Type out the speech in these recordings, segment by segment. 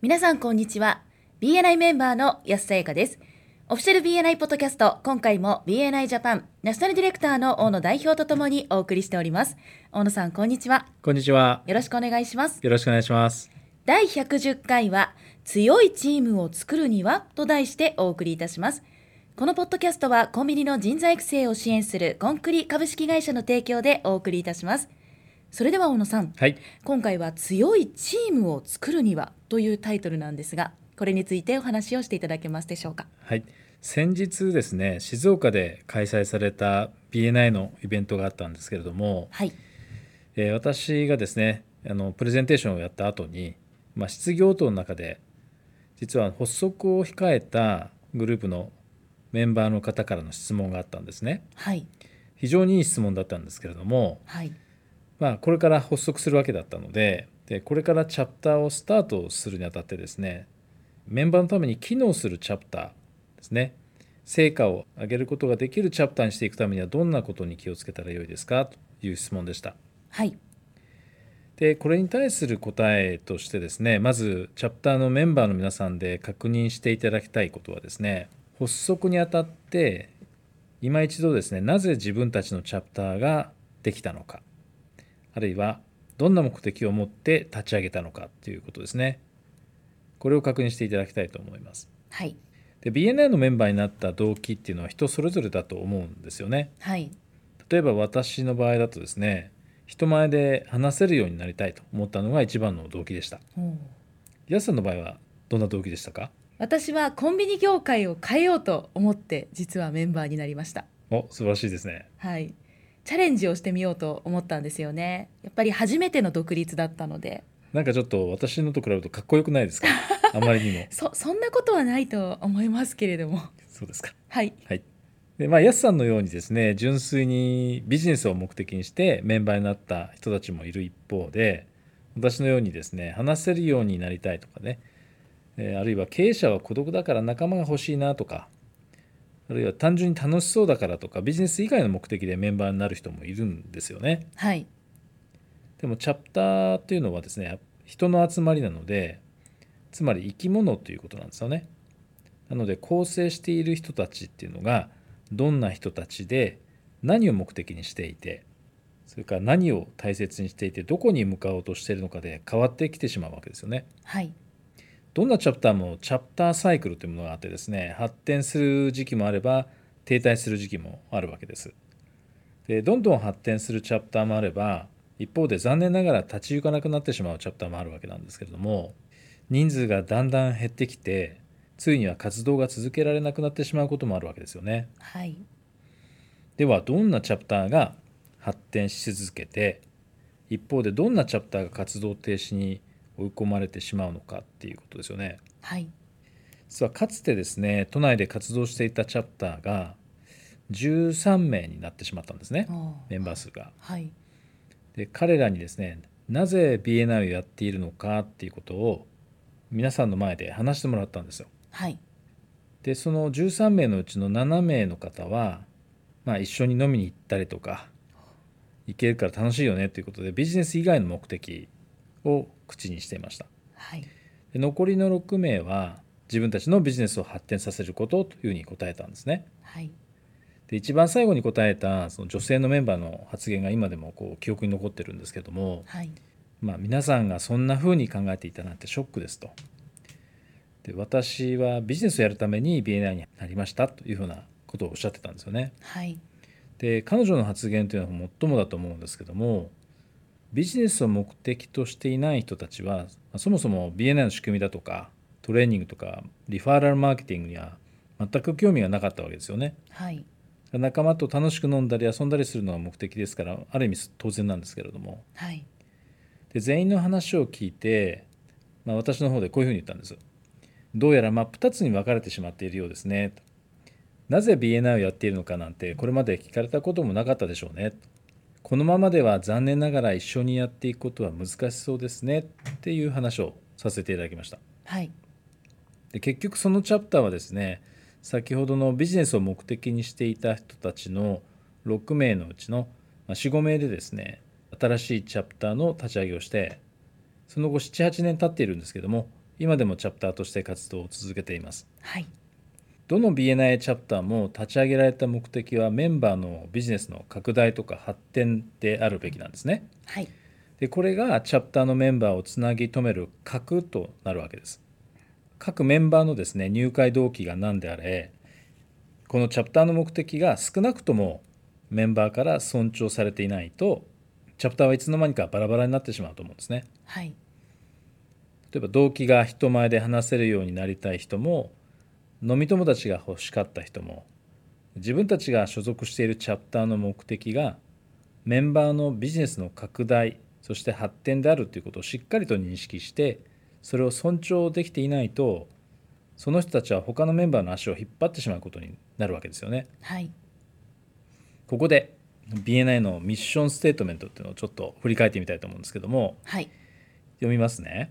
皆さんこんにちは。 BNI メンバーの安さやかです。オフィシャル BNI ポッドキャスト、今回も BNI ジャパンナショナルディレクターの大野代表とともにお送りしております。大野さんこんにちは。 こんにちは。 よろしくお願いします。 よろしくお願いします。 第110回は強いチームを作るにはと題してお送りいたします。このポッドキャストはコンビニの人材育成を支援するコンクリ株式会社の提供でお送りいたします。それでは大野さん、 はい。 今回は強いチームを作るにはというタイトルなんですが、これについてお話をしていただけますでしょうか。 はい。先日ですね、静岡で開催された BNI のイベントがあったんですけれども、 はい。 私がですね、プレゼンテーションをやった後に、質疑応答の中で実は発足を控えたグループのメンバーの方からの質問があったんですね。 はい。 非常にいい質問だったんですけれども、 はい。 これから発足するわけだったので、これからチャプターをスタートするにあたってですね、メンバーのために機能するチャプターですね、成果を上げることができるチャプターにしていくためにはどんなことに気をつけたらよいですかという質問でした。 はい。 でこれに対する答えとしてですね、まずチャプターのメンバーの皆さんで確認していただきたいことはですね、発足にあたって今一度ですね、なぜ自分たちのチャプターができたのか、あるいはどんな目的を持って立ち上げたのかということですね。これを確認していただきたいと思います。 はい。 で BNI のメンバーになった動機っていうのは人それぞれだと思うんですよね。 はい。 例えば私の場合だとですね、人前で話せるようになりたいと思ったのが一番の動機でした。ヤスさんの場合はどんな動機でしたか？ 私はコンビニ業界を変えようと思って実はメンバーになりました。 素晴らしいですね。 はい。チャレンジをしてみようと思ったんですよね。やっぱり初めての独立だったので。 なんかちょっと私のと比べるとかっこよくないですか？あまりにも。 そんなことはないと思いますけれども。 そうですか。 はい。 はい。でヤスさんのようにですね、純粋にビジネスを目的にしてメンバーになった人たちもいる一方で、私のようにですね、話せるようになりたいとかね、あるいは経営者は孤独だから仲間が欲しいなとか、あるいは単純に楽しそうだからとか、ビジネス以外の目的でメンバーになる人もいるんですよね。 はい。 でもチャプターっていうのはですね、人の集まりなので、つまり生き物ということなんですよね。なので構成している人たちっていうのがどんな人たちで、何を目的にしていて、それから何を大切にしていて、どこに向かおうとしているのかで変わってきてしまうわけですよね。 はい。 どんなチャプターもチャプターサイクルというものがあってですね、発展する時期もあれば停滞する時期もあるわけです。でどんどん発展するチャプターもあれば、一方で残念ながら立ち行かなくなってしまうチャプターもあるわけなんですけれども、人数がだんだん減ってきて、ついには活動が続けられなくなってしまうこともあるわけですよね。 はい。 ではどんなチャプターが発展し続けて、一方でどんなチャプターが活動停止に追い込まれてしまうのかっていうことですよね。 はい。 実はかつてですね、都内で活動していたチャプターが13名になってしまったんですね、メンバー数が。 はい。 で彼らにですね、なぜ BNI をやっているのかっていうことを皆さんの前で話してもらったんですよ。 はい。 でその13名のうちの7名の方は、一緒に飲みに行ったりとか、行けるから楽しいよねということでビジネス以外の目的を口にしていました。 はい。 で残りの6名は自分たちのビジネスを発展させることというふうに答えたんですね。 はい。 で一番最後に答えたその女性のメンバーの発言が今でも記憶に残ってるんですけども、 はい。 皆さんがそんなふうに考えていたなんてショックですと。で私はビジネスをやるために BNI になりましたというふうなことをおっしゃってたんですよね。 はい。 で彼女の発言というのは最もだと思うんですけども、ビジネスを目的としていない人たちはそもそも BNI の仕組みだとかトレーニングとかリファーラルマーケティングには全く興味がなかったわけですよね。 はい。 仲間と楽しく飲んだり遊んだりするのが目的ですから、ある意味当然なんですけれども、 はい。 で全員の話を聞いて、私の方でこういうふうに言ったんです。どうやら真っ二つに分かれてしまっているようですね。なぜ BNI をやっているのかなんてこれまで聞かれたこともなかったでしょうね。このままでは残念ながら一緒にやっていくことは難しそうですねっていう話をさせていただきました。 はい。 で結局そのチャプターはですね、先ほどのビジネスを目的にしていた人たちの6名のうちの4、5名でですね、新しいチャプターの立ち上げをして、その後7、8年経っているんですけども、 今でもチャプターとして活動を続けています。 はい。 どの BNI チャプターも立ち上げられた目的はメンバーのビジネスの拡大とか発展であるべきなんですね。 はい。 でこれがチャプターのメンバーをつなぎ止める核となるわけです。各メンバーのですね、入会動機が何であれ、このチャプターの目的が少なくともメンバーから尊重されていないと、チャプターはいつの間にかバラバラになってしまうと思うんですね。 はい。 例えば動機が人前で話せるようになりたい人も、飲み友達が欲しかった人も、自分たちが所属しているチャプターの目的がメンバーのビジネスの拡大、そして発展であるということをしっかりと認識して、それを尊重できていないと、その人たちは他のメンバーの足を引っ張ってしまうことになるわけですよね。 はい。 ここで BNI のミッションステートメントっていうのをちょっと振り返ってみたいと思うんですけども、 はい。 読みますね。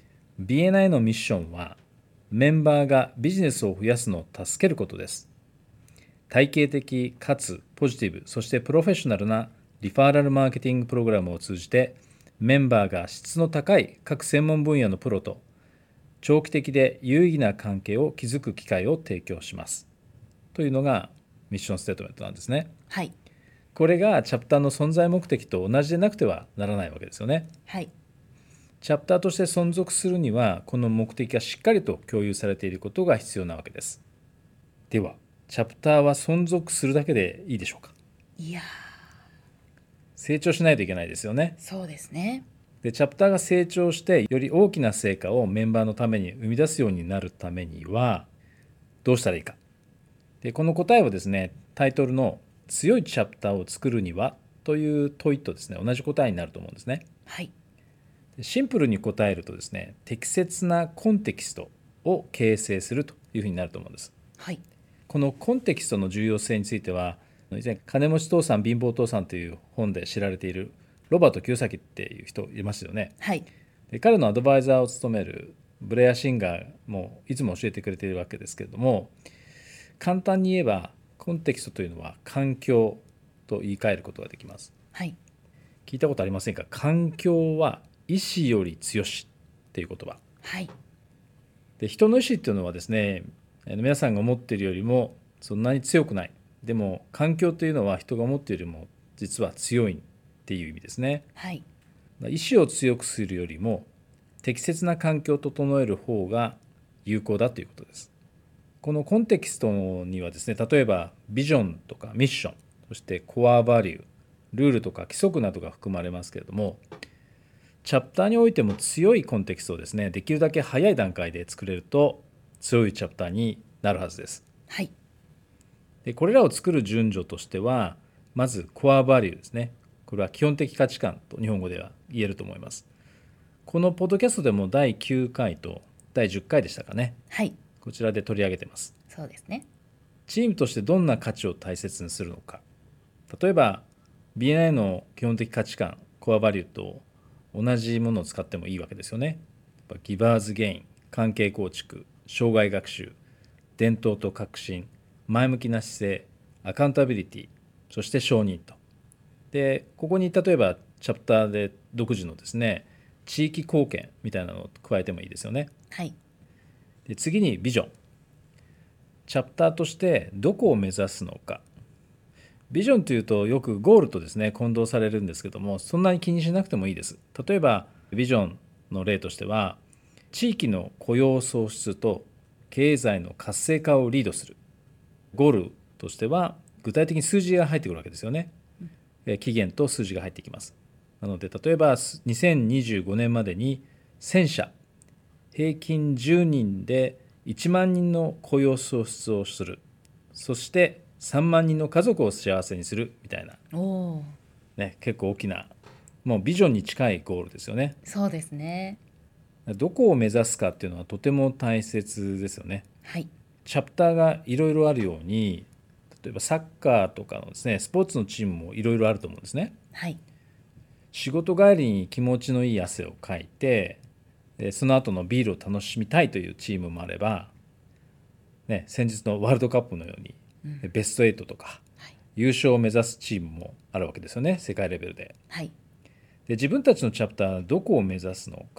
BNI のミッションはメンバーがビジネスを増やすのを助けることです。体系的かつポジティブ、そしてプロフェッショナルなリファーラルマーケティングプログラムを通じて、メンバーが質の高い各専門分野のプロと長期的で有意義な関係を築く機会を提供しますというのがミッションステートメントなんですね。 はい。 これがチャプターの存在目的と同じでなくてはならないわけですよね。 はい。 チャプターとして存続するには、この目的がしっかりと共有されていることが必要なわけです。では、チャプターは存続するだけでいいでしょうか。 いやー、 成長しないといけないですよね。 そうですね。 で、チャプターが成長してより大きな成果をメンバーのために生み出すようになるためにはどうしたらいいか。で、この答えはですね、タイトルの強いチャプターを作るにはという問いとですね、同じ答えになると思うんですね。 はい。 シンプルに答えるとですね、適切なコンテキストを形成するというふうになると思うんです。 はい。 このコンテキストの重要性については、以前金持ち父さん貧乏父さんという本で知られているロバート清崎っていう人いますよね。 はい。 で彼のアドバイザーを務めるブレア・シンガーもいつも教えてくれているわけですけれども、簡単に言えばコンテキストというのは環境と言い換えることができます。 はい。 聞いたことありませんか？環境は意志より強しっていう言葉はい。 で、人の意志っていうのはですね、皆さんが思っているよりもそんなに強くない。でも環境というのは人が思っているよりも実は強いっていう意味ですね。 はい。 意志を強くするよりも適切な環境を整える方が有効だということです。このコンテキストにはですね、例えばビジョンとかミッション、そしてコアバリュー、ルールとか規則などが含まれますけれども、チャプターにおいても強いコンテキストをですね、できるだけ早い段階で作れると強いチャプターになるはずです。 はい。 でこれらを作る順序としては、まずコアバリューですね。これは基本的価値観と日本語では言えると思います。このポッドキャストでも第9回と第10回でしたかね。 はい。 こちらで取り上げています。 そうですね。 チームとしてどんな価値を大切にするのか。例えば BNI の基本的価値観、コアバリューと同じものを使ってもいいわけですよね。ギバーズゲイン、関係構築、障害学習、伝統と革新、前向きな姿勢、アカウンタビリティ、そして承認と。で、ここに例えばチャプターで独自のですね、地域貢献みたいなのを加えてもいいですよね。 はい。 で、次にビジョン。チャプターとしてどこを目指すのか。ビジョンというとよくゴールとですね混同されるんですけども、そんなに気にしなくてもいいです。例えばビジョンの例としては、地域の雇用創出と経済の活性化をリードする。ゴールとしては具体的に数字が入ってくるわけですよね。期限と数字が入ってきます。なので例えば2025年までに1000社、平均10人で1万人の雇用創出をする。そして3万人の家族を幸せにするみたいな、 おー、 ね、結構大きな、もうビジョンに近いゴールですよね。 そうですね。 どこを目指すかっていうのはとても大切ですよね。 はい。 チャプターがいろいろあるように、例えばサッカーとかのですね、スポーツのチームもいろいろあると思うんですね。 はい。 仕事帰りに気持ちのいい汗をかいて、その後のビールを楽しみたいというチームもあれば、ね、先日のワールドカップのようにベスト8とかはい。 優勝を目指すチームもあるわけですよね、世界レベルで。 はい。 で、自分たちのチャプターどこを目指すのか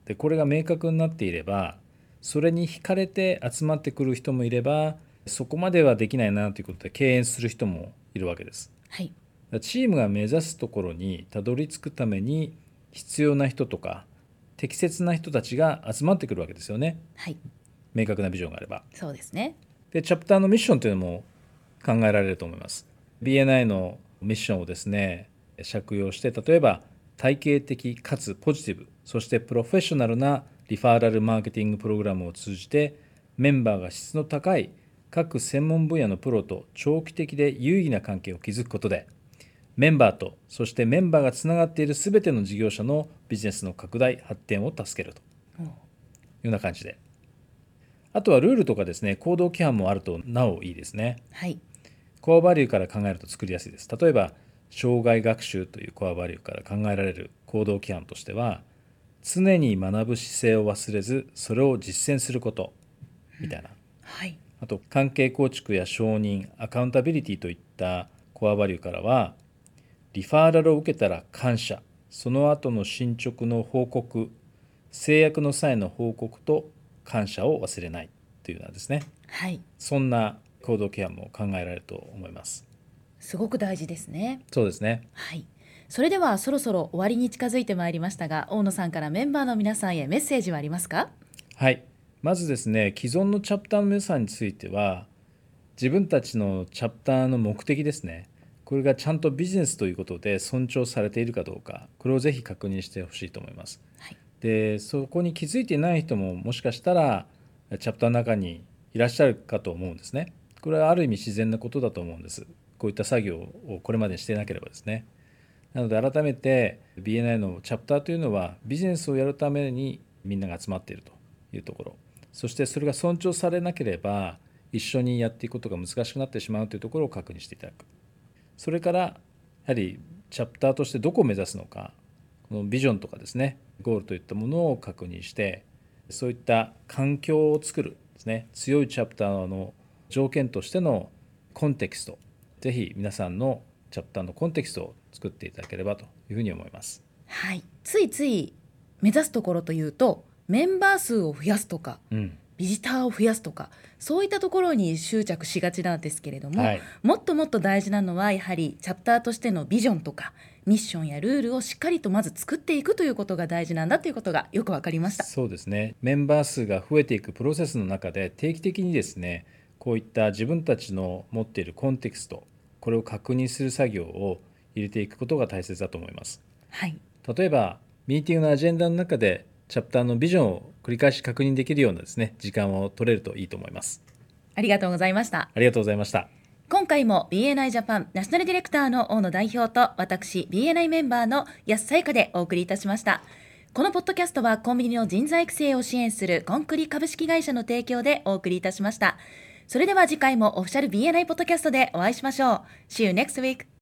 でこれが明確になっていれば、それに惹かれて集まってくる人もいれば、そこまではできないなということで敬遠する人もいるわけです。 はい。 チームが目指すところにたどり着くために必要な人とか適切な人たちが集まってくるわけですよね。 はい。 明確なビジョンがあれば。 そうですね。 でチャプターのミッションというのも考えられると思います。 BNI のミッションをですね借用して、例えば体系的かつポジティブ、そしてプロフェッショナルなリファーラルマーケティングプログラムを通じて、メンバーが質の高い各専門分野のプロと長期的で有意義な関係を築くことで、メンバーとそしてメンバーがつながっているすべての事業者のビジネスの拡大発展を助けるというような感じで、あとはルールとかですね行動規範もあるとなおいいですね。 はい。 コアバリューから考えると作りやすいです。例えば生涯学習というコアバリューから考えられる行動規範としては、常に学ぶ姿勢を忘れずそれを実践することみたいな、 はい。 あと関係構築や承認、アカウンタビリティといったコアバリューからは、リファーラルを受けたら感謝、その後の進捗の報告、制約の際の報告と感謝を忘れないというようなですね、 はい。 そんな行動ケアも考えられると思います。 すごく大事ですね。 そうですね。 はい。それではそろそろ終わりに近づいてまいりましたが、大野さんからメンバーの皆さんへメッセージはありますか？ はい。まずですね、既存のチャプターの皆さんについては、自分たちのチャプターの目的ですね、これがちゃんとビジネスということで尊重されているかどうか、これをぜひ確認してほしいと思います。 はい。 で、そこに気づいていない人ももしかしたらチャプターの中にいらっしゃるかと思うんですね。これはある意味自然なことだと思うんです。こういった作業をこれまでしていなければですね。なので改めて BNI のチャプターというのはビジネスをやるためにみんなが集まっているというところ、そしてそれが尊重されなければ一緒にやっていくことが難しくなってしまうというところを確認していただく。それからやはりチャプターとしてどこを目指すのか、このビジョンとかですね、ゴールといったものを確認して、そういった環境を作るですね、強いチャプターの条件としてのコンテキスト、ぜひ皆さんのチャプターのコンテキストを作っていただければというふうに思います。 はい。ついつい目指すところというと、メンバー数を増やすとか、ビジターを増やすとか、そういったところに執着しがちなんですけれども、 はい、 もっともっと大事なのはやはりチャプターとしてのビジョンとかミッションやルールをしっかりとまず作っていくということが大事なんだということがよく分かりました。 そうですね。メンバー数が増えていくプロセスの中で定期的にですね、こういった自分たちの持っているコンテキスト、これを確認する作業を入れていくことが大切だと思います。 はい。 例えばミーティングのアジェンダの中でチャプターのビジョンを繰り返し確認できるようなですね、時間を取れるといいと思います。 ありがとうございました。 ありがとうございました。 今回も BNI ジャパンナショナルディレクターの大野代表と私 BNI メンバーの安さゆかでお送りいたしました。このポッドキャストはコンビニの人材育成を支援するコンクリ株式会社の提供でお送りいたしました。それでは次回もオフィシャル BNI ポッドキャストでお会いしましょう。See you next week.